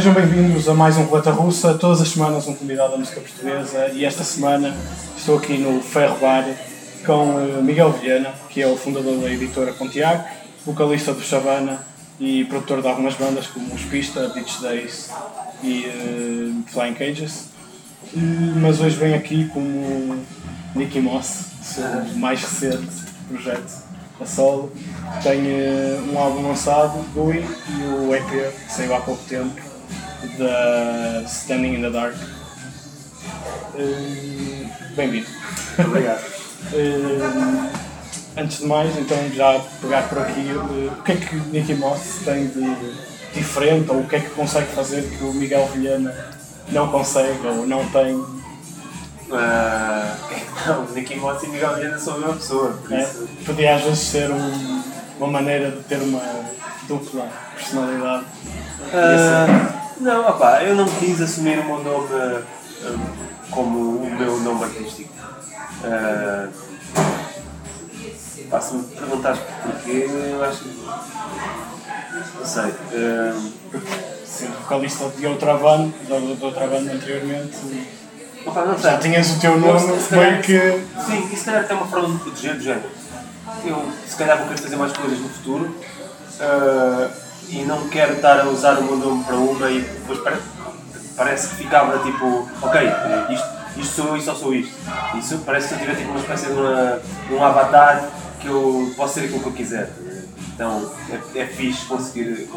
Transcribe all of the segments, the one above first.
Sejam bem-vindos a mais um Roleta Russa. Todas as semanas um convidado da música portuguesa e esta semana estou aqui no Ferro Bar com Miguel Vilhena, que é o fundador da editora Pontiac, vocalista do Chavana e produtor de algumas bandas como Os Pista, Beach Days e Flying Cages. Mas hoje vem aqui como Nicky Moss, seu mais recente projeto a solo. Tem um álbum lançado, Gooey, e o EP que saiu há pouco tempo, da Standing in the Dark. Bem-vindo. Obrigado. Antes de mais, então, já pegar por aqui, o que é que Nicky Moss tem de diferente, ou o que é que consegue fazer que o Miguel Vilhena não consegue ou não tem? Não, Nicky Moss e Miguel Vilhena são a mesma pessoa, por isso... Podia às vezes ser uma maneira de ter uma dupla personalidade. Não, opá, eu não quis assumir o meu nome como o meu nome artístico. Se me perguntares porquê, eu acho que... não sei. Ser vocalista de outra banda anteriormente, Opa, não sei. já tinhas o teu nome meio que... Sim, e se calhar tem uma forma de me proteger do género. Eu se calhar vou querer fazer mais coisas no futuro e não quero estar a usar o meu nome para uma e depois parece que ficava tipo, ok, isto sou eu e só sou isto. Isso parece que eu tiver tipo uma espécie de um avatar que eu posso ser aquilo que eu quiser. Então é fixe conseguir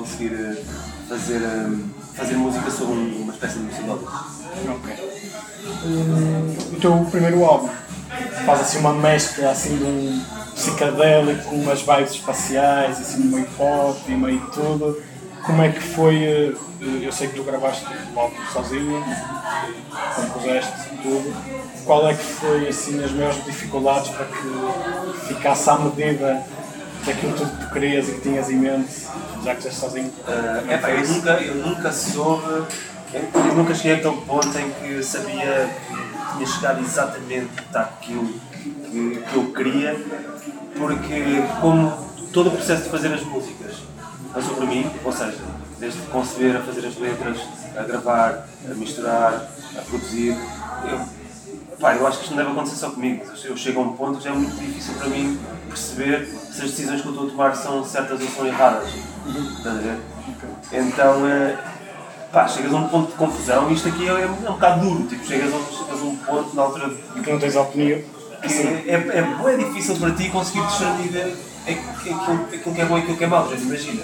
fazer música sobre uma espécie de pseudónimo. Ok. O teu primeiro álbum faz assim uma mescla assim de um psicadélico com umas vibes espaciais, assim meio pop e meio tudo. Como é que foi? Eu sei que tu gravaste o álbum sozinho, compuseste tudo. Qual é que foi assim as maiores dificuldades para que ficasse à medida daquilo tudo que tu querias e que tinhas em mente, já que estás sozinho? Eu nunca soube, eu nunca cheguei àquele ponto em que sabia que tinha chegado exatamente àquilo que eu queria, porque como todo o processo de fazer as músicas passou por mim, ou seja, desde conceber, a fazer as letras, a gravar, a misturar, a produzir, eu acho que isto não deve acontecer só comigo. Eu chego a um ponto que já é muito difícil para mim perceber se as decisões que eu estou a tomar são certas ou são erradas. Estás a ver? Então, chegas a um ponto de confusão e isto aqui é um bocado duro. Tipo, chegas a um ponto na altura que não tens opinião. É difícil para ti conseguir discernir aquilo que é bom e aquilo que é mau. Imagina,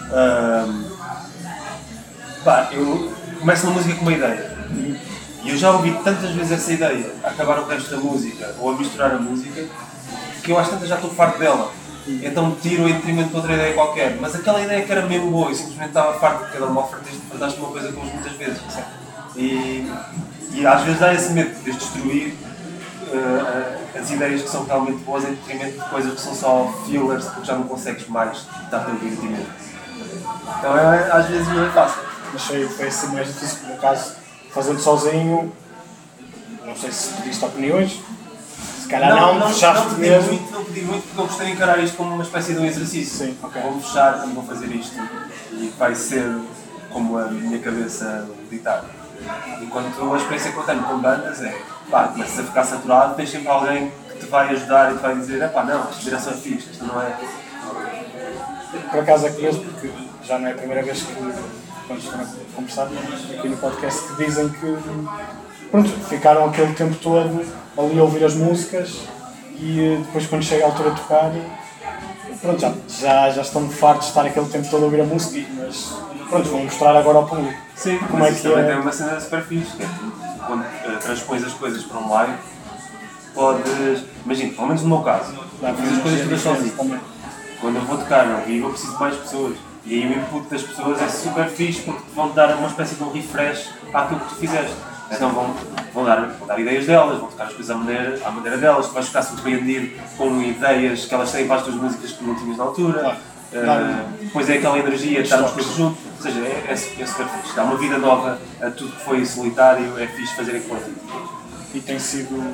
eu começo uma música com uma ideia e eu já ouvi tantas vezes essa ideia a acabar o resto da música ou a misturar a música que eu às tantas já estou farto dela. Então tiro em detrimento de outra ideia qualquer, mas aquela ideia que era mesmo boa e simplesmente estava farto porque era uma fartaste uma coisa com muitas vezes. E às vezes dá esse medo de poderes destruir as ideias que são realmente boas em detrimento de coisas que são só fillers porque já não consegues mais estar tão divertimento. Então às vezes não é fácil. Mas foi assim mais difícil, no caso, fazendo sozinho, não sei se pediste opiniões, se calhar não fechaste mesmo. Não pedi muito porque eu gostaria de encarar isto como uma espécie de um exercício. Sim, ok. Vou fechar e vou fazer isto e vai ser como a minha cabeça ditar. Enquanto a experiência que eu tenho com bandas começas a ficar saturado, tens sempre alguém que te vai ajudar e te vai dizer não, esta direção é fixe, esta não é... Por acaso é curioso porque já não é a primeira vez que quando estão a conversar aqui no podcast que dizem que ficaram aquele tempo todo ali a ouvir as músicas e depois quando chega a altura de tocar já estão fartos de estar aquele tempo todo a ouvir a música, mas vão mostrar agora ao público. Sim, como é que também tem uma cena super fixe, que é quando transpões as coisas para um live, podes, imagina, pelo menos no meu caso, fiz as coisas todas sozinho. Quando eu vou tocar ao vivo eu preciso de mais pessoas. E aí o input das pessoas é super fixe porque te vão dar uma espécie de um refresh àquilo que tu fizeste. Então vão dar ideias delas, vão tocar as coisas à maneira delas, tu vais ficar surpreendido com ideias que elas têm para as tuas músicas que não tinhas na altura. Depois é aquela energia de estarmos todos juntos. Ou seja, é super fixe. Dá uma vida nova a tudo que foi solitário, é fixe fazer em coletivo. E tem sido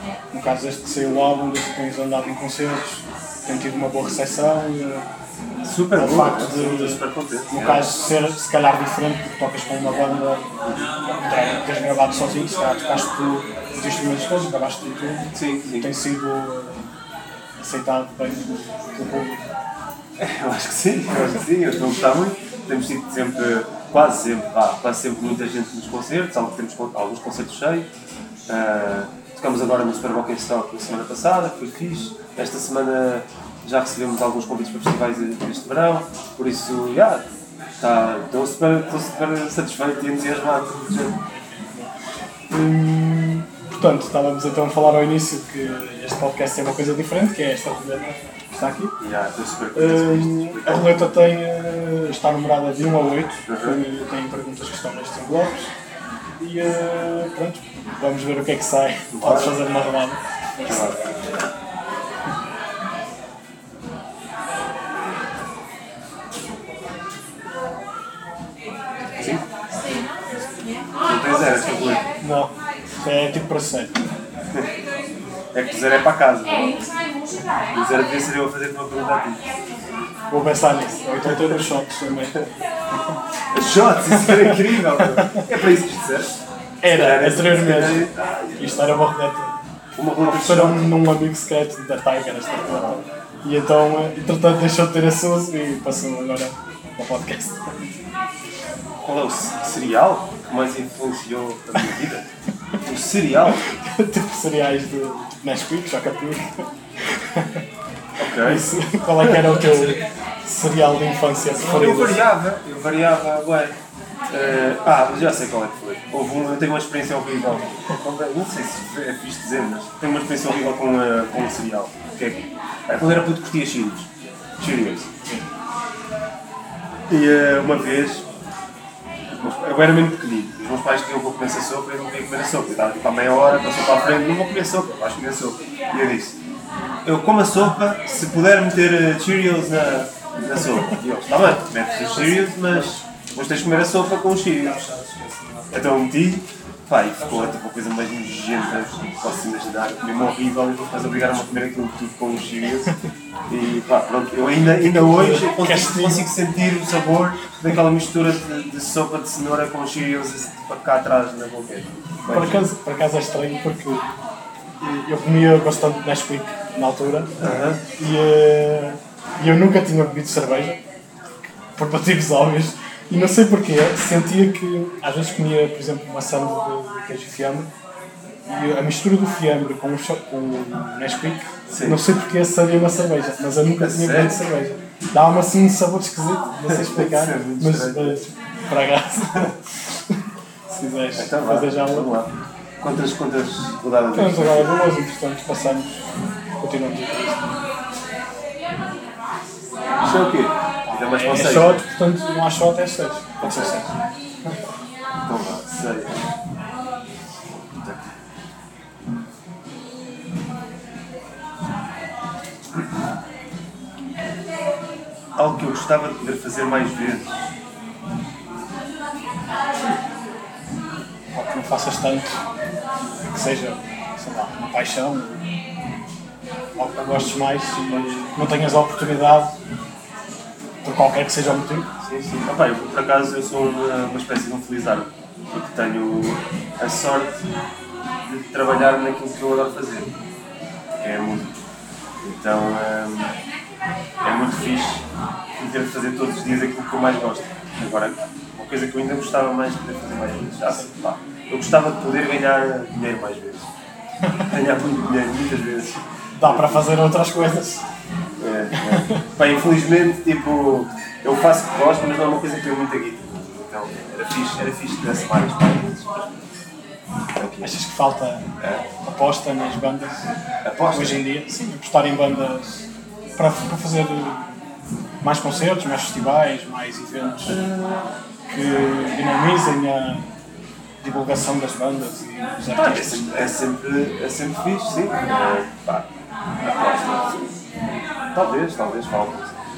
no caso desde que saiu o álbum, desde que tens andado em concertos, tem tido uma boa recepção. Super o bom, facto estou super contente. no caso, ser se calhar diferente, porque tocas com uma banda, tens gravado sozinho, se calhar tocaste os instrumentos todos, gravaste tudo. Sim. Tem sido aceitado bem pelo público. Eu acho que sim, eu estou a gostar muito. Temos tido sempre, quase sempre muita gente nos concertos, temos alguns concertos cheios. Tocamos agora no Super Bock Stock na semana passada, foi fixe. Esta semana já recebemos alguns convites para festivais deste verão, por isso, estou super satisfeito e entusiasmado. Portanto, estávamos então a falar ao início que este podcast é uma coisa diferente, que é esta roleta que está aqui. Estou super contente. A roleta está numerada de 1 a 8, tem perguntas que estão nestes envelopes. E pronto, vamos ver o que é que sai. Podes fazer uma rodada. Sim? Não tens zero, esta coisa. Não, é tipo para sério. É que o zero é para casa. O zero devia ser eu a fazer uma pergunta a ti. Vou pensar nisso. Ou então ter os shots também. Shots, isso era incrível! É para isso que disseste? Era anteriormente. Isto era uma roleta. Uma roleta de Era shot. num amigo secreto da Tiger esta roleta. E então, entretanto, deixou de ter esse uso e passou agora para o podcast. Qual é o cereal que mais influenciou a minha vida? O cereal? Tipo cereais de Nesquik, Chocapic. Ok. Isso, qual é que era o teu cereal de infância preferido? Eu variava, ué. Já sei qual é que foi. Eu tenho uma experiência horrível. Não sei se é fixe dizer, mas tenho uma experiência horrível com o cereal. Quando era puto curtia Cheerios. E uma vez, eu era mesmo pequenino, os meus pais queriam que eu comesse a sopa e eu não queria comer a sopa. Eu estava tipo à meia hora, passou para a frente, não vou comer sopa, vais comer sopa. E eu disse, eu como a sopa se puder meter Cheerios na sopa. E eu, está bem, metes os Cheerios, mas depois tens de comer a sopa com os Cheerios. Então eu meti, e ficou tipo a coisa mais nojenta que posso imaginar, mesmo horrível, e depois obrigaram-me a comer aquilo tudo com os Cheerios. E pronto, eu ainda hoje consigo sentir o sabor daquela mistura de sopa de cenoura com Cheerios para cá atrás na boca. Por acaso é estranho porque eu comia bastante Nesquik na altura e eu nunca tinha bebido cerveja, por motivos óbvios, e não sei porquê, sentia que às vezes comia, por exemplo, uma sandes de queijo e fiambre, e a mistura do fiambre com o Nesquik, não sei porque sabia uma cerveja, mas eu nunca tinha bebido cerveja. Dava-me assim um sabor esquisito, não sei explicar, mas para acaso, se quiseres então, fazer já vamos uma. lá. Quantas rodadas Vamos agora duas, entretanto passamos, continuamos a entrevista. Isso é o quê? Ainda mais para É 6. shot, portanto não há shot, é 6. Pode ser 6. Então vá, 6. Algo que eu gostava de poder fazer mais vezes. Ou que não faças tanto, que seja, sei lá, uma paixão, ou que gostes mais e não tenhas a oportunidade, por qualquer que seja o motivo. Sim. Eu, por acaso, eu sou uma espécie de um felizardo, porque tenho a sorte de trabalhar naquilo que eu adoro fazer, que é a música. Então é muito fixe poder fazer todos os dias aquilo que eu mais gosto. Agora, uma coisa que eu ainda gostava mais de poder fazer mais vezes. Eu gostava de poder ganhar dinheiro mais vezes. Ganhar muito dinheiro, muitas vezes. Dá para fazer outras coisas. Infelizmente, tipo, eu faço o que gosto, mas não é uma coisa que eu muita guita. Então, era fixe ter essa mais vezes. Achas que falta aposta nas bandas? Aposta? Hoje em dia? Sim, apostar em bandas para fazer mais concertos, mais festivais, mais eventos que dinamizem a divulgação das bandas e dos artistas. É sempre fixe, sim. Aposta. Talvez falta.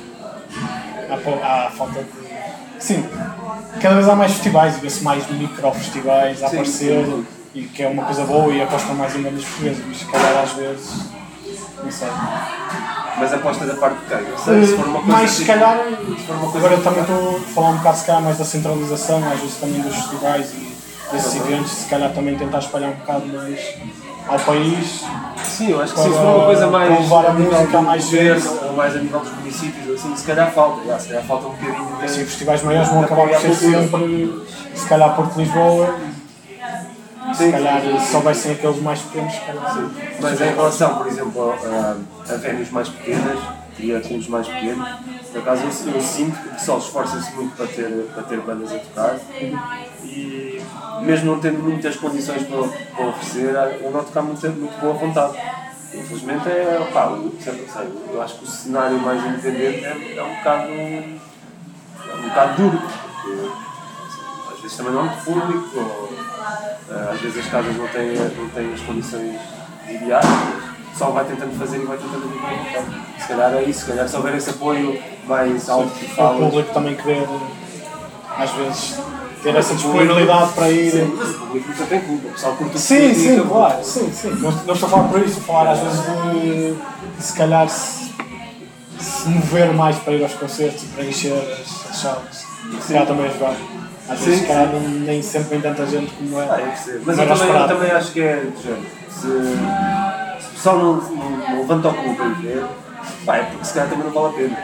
Há falta de... Sim, cada vez há mais festivais e vê-se mais micro-festivais a aparecer e que é uma coisa boa e apostam mais em bandas portuguesas, mas se calhar às vezes, não sei. Mas aposta da parte de quem? Não sei, se for uma coisa mas se calhar, coisa agora também estou a falar um bocado se calhar mais da centralização, às vezes também dos festivais e desses eventos, se calhar também tentar espalhar um bocado mais ao país. Sim, eu acho que se for uma coisa mais levar a música a mais gente, ou mais a nível dos municípios, assim, se calhar falta, se calhar falta um bocadinho de... Sim, festivais maiores vão acabar por ser sempre, se calhar Porto Lisboa, se calhar só vai ser aqueles mais pequenos, se calhar. Sim. Mas em relação, por exemplo, a venues mais pequenas e a clubes mais pequenos, por acaso eu sinto que o pessoal esforça-se muito para ter bandas a tocar e mesmo não tendo muitas condições para oferecer, eu noto que há muito boa vontade. Infelizmente eu acho que o cenário mais independente é um bocado duro, porque às vezes também não há muito público, ou às vezes as casas não têm as condições ideais, o pessoal vai tentando fazer e vai tentando viver. Então, se calhar é isso, se calhar se houver esse apoio mais alto que fala. O público também querer, às vezes, ter essa disponibilidade para ir. Sim, mas o público nunca tem culpa, o pessoal curte o Sim, claro, sim. Não estou a falar por isso, estou a falar às vezes de se calhar se mover mais para ir aos concertos e para encher as salas. Se calhar também ajudar. Às vezes, se calhar, nem sempre vem tanta gente como é. Mas eu também acho que é do género. Se o pessoal não levanta o culo para ir ver, é porque se calhar também não vale a pena.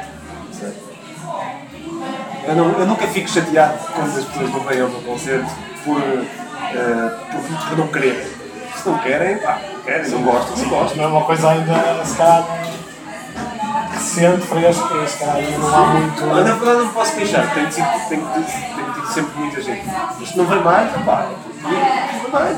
Eu nunca fico chateado quando as pessoas não vêm ao meu concerto por não quererem. Se não querem, querem, não gostam, se gostam. Não é uma coisa ainda, se calhar, recente, fresca, se calhar ainda não há muito. Na verdade, não posso queixar, tenho tido sempre muita gente. Mas se não vem mais, não vai.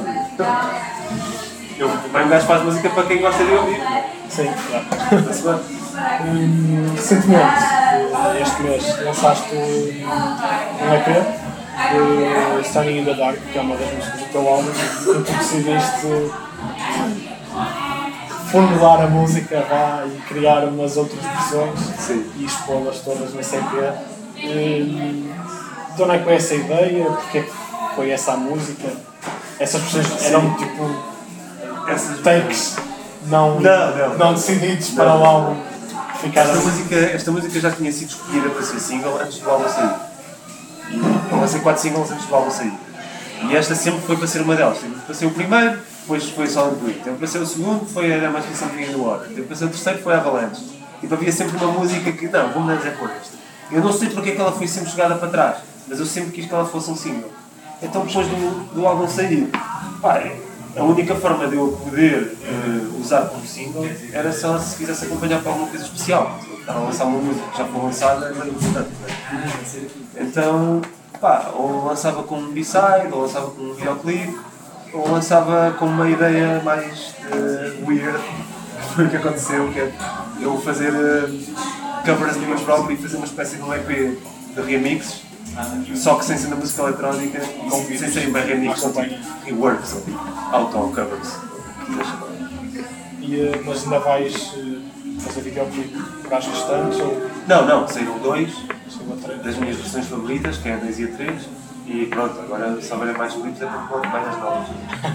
Um gajo faz música para quem gosta de ouvir. Sim, claro. Recentemente, este mês, lançaste um EP, Standing in the Dark, que é uma das músicas do teu álbum, e tu decidiste formular a música e criar umas outras versões. Sim. E expô-las todas nesse EP. De onde é que foi essa ideia? Porque é que foi essa a música? Essas pessoas eram tipo takes não decididos para o álbum ficar esta música já tinha sido escolhida para ser single antes do álbum sair. E eu lancei 4 singles antes do álbum sair. E esta sempre foi para ser uma delas. Teve para ser o primeiro, depois foi Solid Brick. Teve para ser o segundo, foi a mais recente Vinha do Water. Teve para ser o terceiro, foi a Avalanche. E havia sempre uma música que, não, vamos dizer por esta. Eu não sei porque é que ela foi sempre jogada para trás, mas eu sempre quis que ela fosse um single. Então depois do álbum sair, a única forma de eu poder usar como single era se ela se quisesse acompanhar para alguma coisa especial. Estava a lançar uma música que já foi lançada, era importante. Então, ou lançava como um B-side, ou lançava como um videoclipe, ou lançava com uma ideia mais weird, que foi o que aconteceu, que é eu fazer covers minhas próprias e fazer uma espécie de um EP de remixes, só que sem ser na música eletrónica, sem ser bem remixes, ou tipo reworks, ou tipo auto-covers. Mas ainda vais fazer videoclipe para as restantes? Ou... Não, saíram 2 das minhas versões favoritas, que é a 2 e a 3, e pronto, agora se houver mais clipes é para pôr mais as novas.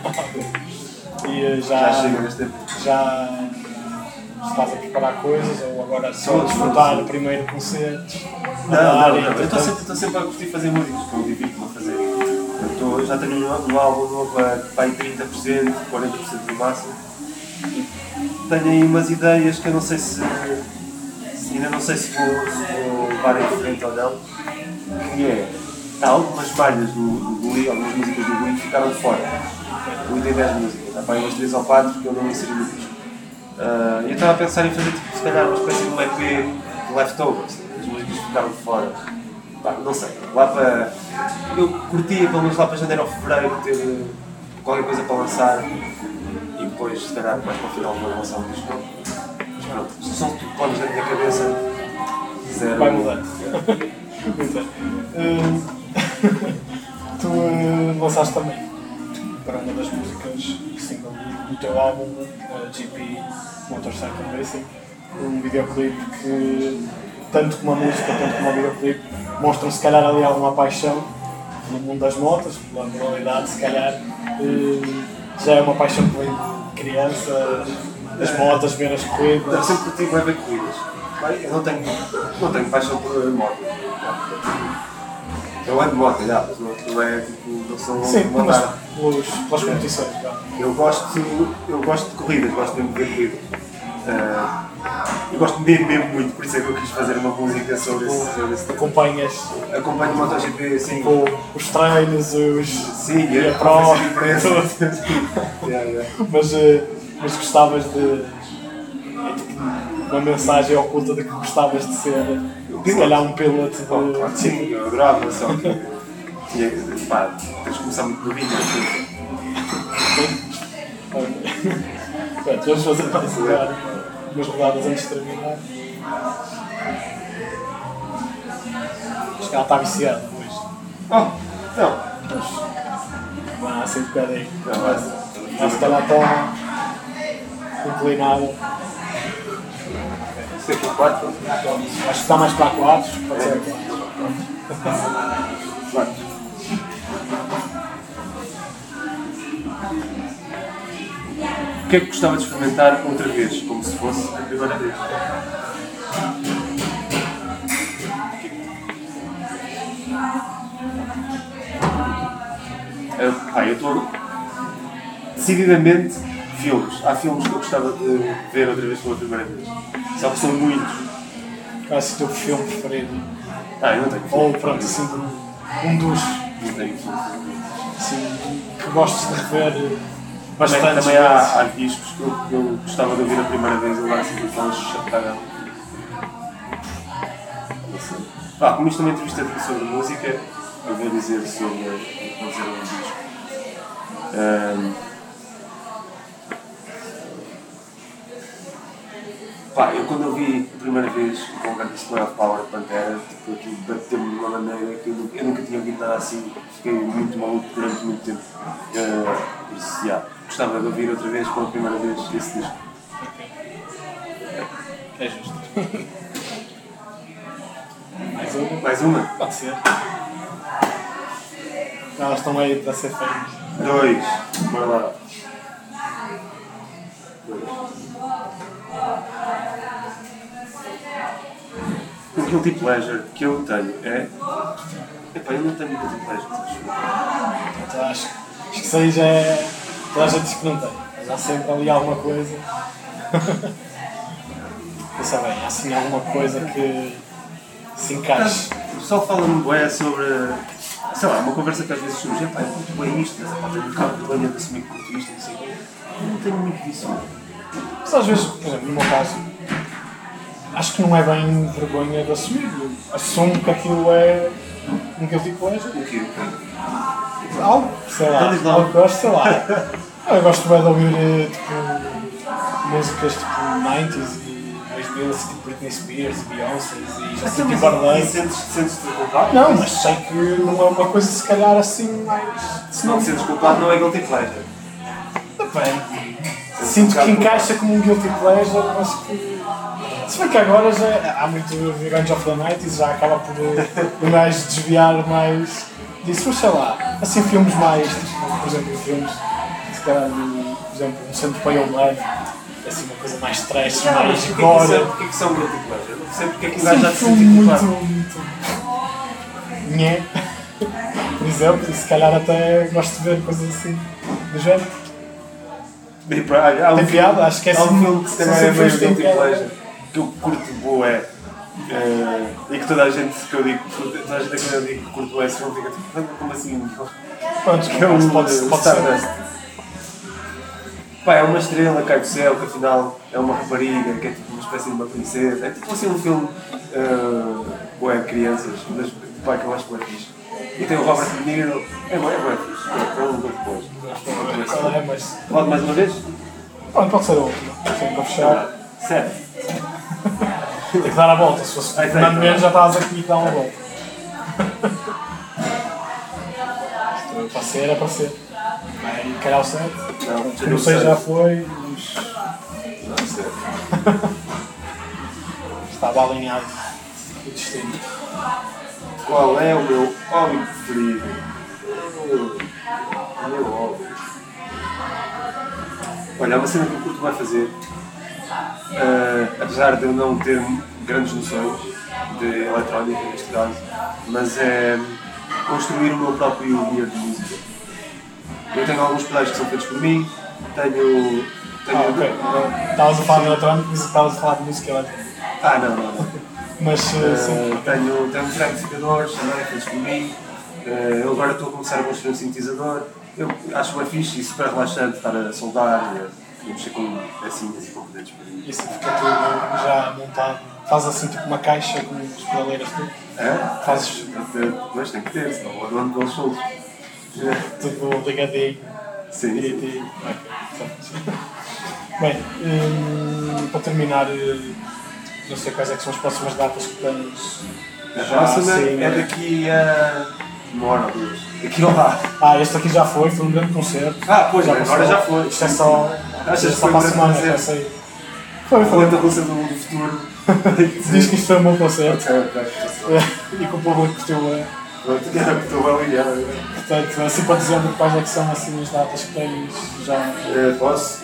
E já chega neste tempo. Já estás a preparar coisas ou agora só desfrutar o primeiro concerto? Não. Eu estou sempre a curtir fazer músicas, que eu divido-me a fazer. Eu já tenho um álbum novo para 30%, 40% no máximo. E tenho aí umas ideias que eu não sei se ainda não sei se vou levar em frente ou não. Que é, há algumas malhas do Glee, algumas músicas do Glee ficaram fora. O Glee tem 10 músicas, há para aí umas 3 ou 4 que eu não inseri no disco. Eu estava a pensar em fazer tipo, se calhar uma espécie de um EP de leftovers, as músicas ficaram de fora. Não sei, lá para. Eu curtia pelo menos lá para janeiro ou fevereiro ter qualquer coisa para lançar e depois se calhar mais para o final vou lançar um disco. Mas pronto, isto são tudo planos na minha cabeça. Zero. Vai mudar. Tu lançaste também para uma das músicas single do teu álbum, GP Motorcycle Racing, um videoclipe que, tanto como a música, tanto como o videoclipe, mostram se calhar ali alguma paixão no mundo das motas, pela moralidade, se calhar já é uma paixão que vem de criança, as motas, ver as corridas. Eu sempre curti bem ver corridas. Bem, eu não tenho paixão por moto. Eu ando de moto, já, mas não é tipo, não sou sim, uma mas pelas competições. Eu gosto de corridas, gosto mesmo de ver corridas. Eu gosto mesmo muito, por isso é que eu quis fazer uma música sobre esse Acompanhas? Acompanho o MotoGP, sim. Os treinos, sim, e a prova. Mas gostavas de. Uma mensagem oculta de que gostavas de ser, se calhar, um piloto de. Claro que sim, eu adorava, só que tens de começar muito novinho. Vamos fazer mais umas rodadas antes de terminar. Acho que ela está viciada hoje. Não. Vai assim um bocadinho. Mas se calhar está inclinada. Sei que o 4. Acho que está mais para 4, pode ser 4. O que é que gostava de experimentar outra vez, como se fosse a primeira vez? Eu estou decididamente filmes. Há filmes que eu gostava de ver outra vez pela primeira vez. Só que são muitos. Qual é o teu filme preferido? Eu não tenho filme. Ou pronto, assim, um dos. Não tenho filme. Assim, que gostes de rever bastante. Também há discos que eu gostava de ouvir a primeira vez e lá assim que aquelas chapéu. Como isto é uma entrevista sobre música, eu vou dizer sobre um disco. Eu quando eu vi a primeira vez o Conquer Display of Power de Pantera, tipo, aquilo bateu-me de uma maneira que eu nunca tinha ouvido nada assim, fiquei muito maluco durante muito tempo. Por isso, gostava de ouvir outra vez, pela primeira vez, esse disco. É justo. Mais uma? Pode ser. Elas estão aí para ser feitas. 2. Bora lá. 2. O guilty pleasure que eu tenho é... eu não tenho guilty pleasure, então, acho que isso aí já é... Toda a gente diz que não tem. Mas há sempre ali alguma coisa... Pensa bem, há assim alguma coisa que se encaixe. O pessoal fala-me bué sobre... Sei lá, uma conversa que às vezes surge. Eu curto bem isto, mas tenho um bocado de vergonha de assumir que curto isto, assim. Eu não tenho muito disso. Mas às vezes, por exemplo, no meu caso, acho que não é bem vergonha de assumir. Assumo que aquilo é um guilty pleasure. O quê? Algo, sei lá, algo que gosto, sei lá. Eu gosto bem de ouvir tipo, músicas tipo 90s e 2000, tipo Britney Spears, Beyoncé e Justin Timberlake. Sentes-te culpado? Não, mas sei que não é uma coisa se calhar assim mais... Se não te sentes culpado não é guilty pleasure. Depende. Sinto que encaixa como um guilty pleasure, mas que... Se bem que agora já há muito Revenge of the Night e já acaba por mais desviar mais disso, mas sei lá, assim filmes mais, tipo, por exemplo, filmes, se calhar, por exemplo, um Centro para Humano, assim uma coisa mais trash, mais gore. Porquê que são guilty pleasure? Eu não sei porque é que Sim, já te filme senti muito, culpado. muito... Nhé. Por exemplo, e se calhar até gosto de ver coisas assim, do género. Tem piada, acho que é assim. Há um filme que também é meio guilty pleasure, que eu curto boé, e que toda a gente que eu digo, toda a gente que eu digo que curto boé, esse filme fica tipo, como assim? Pronto, Que é o pode Stardust. ser. É uma estrela, cai do céu, que afinal é uma rapariga, que é tipo uma espécie de uma princesa. É tipo assim um filme boé, crianças, mas que eu acho bem fixe. E tem o Robert De Niro, é bem fixe, é um bom depois. Pode mais uma vez? Pode ser a última, sim, para fechar. 7. Tem que dar a volta, se fosse Fernando Mendes já estavas aqui e dar uma volta. Isto para ser, é para ser. Vai calhar o 7. Não sei, já foi. Não sei. Estava alinhado o destino. Qual é o meu hobby preferido? meu óbvio. Olha, é uma cena que eu curto vai fazer, apesar de eu não ter grandes noções de eletrónica neste caso, mas é construir o meu próprio gear de música. Eu tenho alguns pedais que são feitos por mim, tenho ok. Estavas a falar de eletrónico, mas estavas a falar de música eletrónica. não. Mas sim. Tenho uns amplificadores também feitos por mim. Eu agora estou a começar a construir um sintetizador. Eu acho bem fixe e super relaxante estar a soldar e a mexer com pecinhas e componentes por aí. Isso fica tudo já montado. Faz assim tipo uma caixa com as pedaleiras tudo. É? Fazes Mas tem que ter, senão eu não ando com os shows. tudo ligadinho. Sim. Direitinho. Bem, para terminar, não sei quais é que são as próximas datas que tens. A próxima é daqui a uma hora ou duas. Daqui ao lá. Este aqui já foi um grande concerto. Pois, agora já foi. Isto é só. Achas que só foi para a um semana, grande já sei. Foi. A roleta russa do futuro. Diz que isto foi um bom concerto. Ok. E que o público curtiu bem. Estou bem ligado. Portanto, assim para dizer quais é que são assim, as datas que tens já. Posso?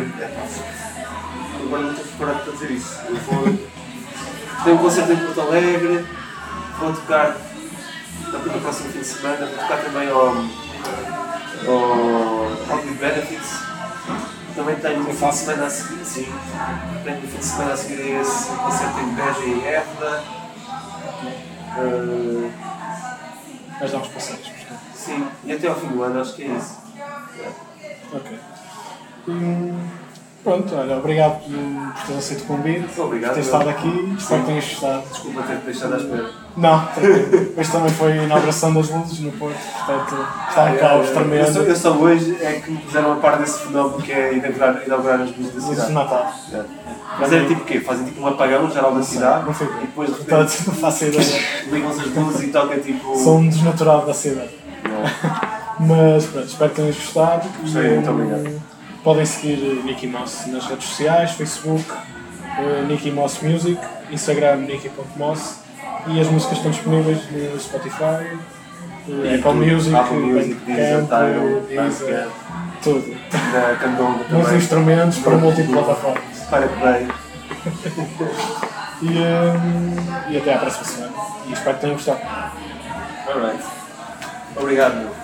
Agora não estou preparado para dizer isso. Tenho um concerto em Porto Alegre, vou tocar no próximo fim de semana, vou tocar também ao With Benefits. Também tenho um fim de semana a seguir, sim. Tenho um fim de semana a seguir a esse concerto em Beja e Évora. Vais dar uns passeios, portanto. Sim, e até ao fim do ano acho que é isso. Ok. Pronto, olha, obrigado por teres aceito o convite, Obrigado, por teres estado aqui, espero que tenhas gostado. Desculpa ter-te deixado à espera. Não, tranquilo. Este também foi a inauguração das luzes no Porto, portanto está um caos tremendo. Eu só hoje é que me puseram a par desse fenómeno que é inaugurar as luzes da Luzes de cidade. Natal. Mas é tipo o quê? Fazem tipo um apagão geral da cidade Não foi e depois de portanto, repente não faço ideia. ligam-se as luzes e toca tipo. Sou um desnaturado da cidade. Mas pronto, espero que tenhas gostado. Gostei, muito obrigado. Podem seguir Nicky Moss nas redes sociais, Facebook, Nicky Moss Music, Instagram Nicky.moss e as músicas estão disponíveis no Spotify, Apple Music, Deezer, Bandcamp, Deezer, tudo. Na Candonga Muitos também. instrumentos para multiplataformas. Para que bem. E até à próxima semana. E espero que tenham gostado. Alright. Obrigado, meu.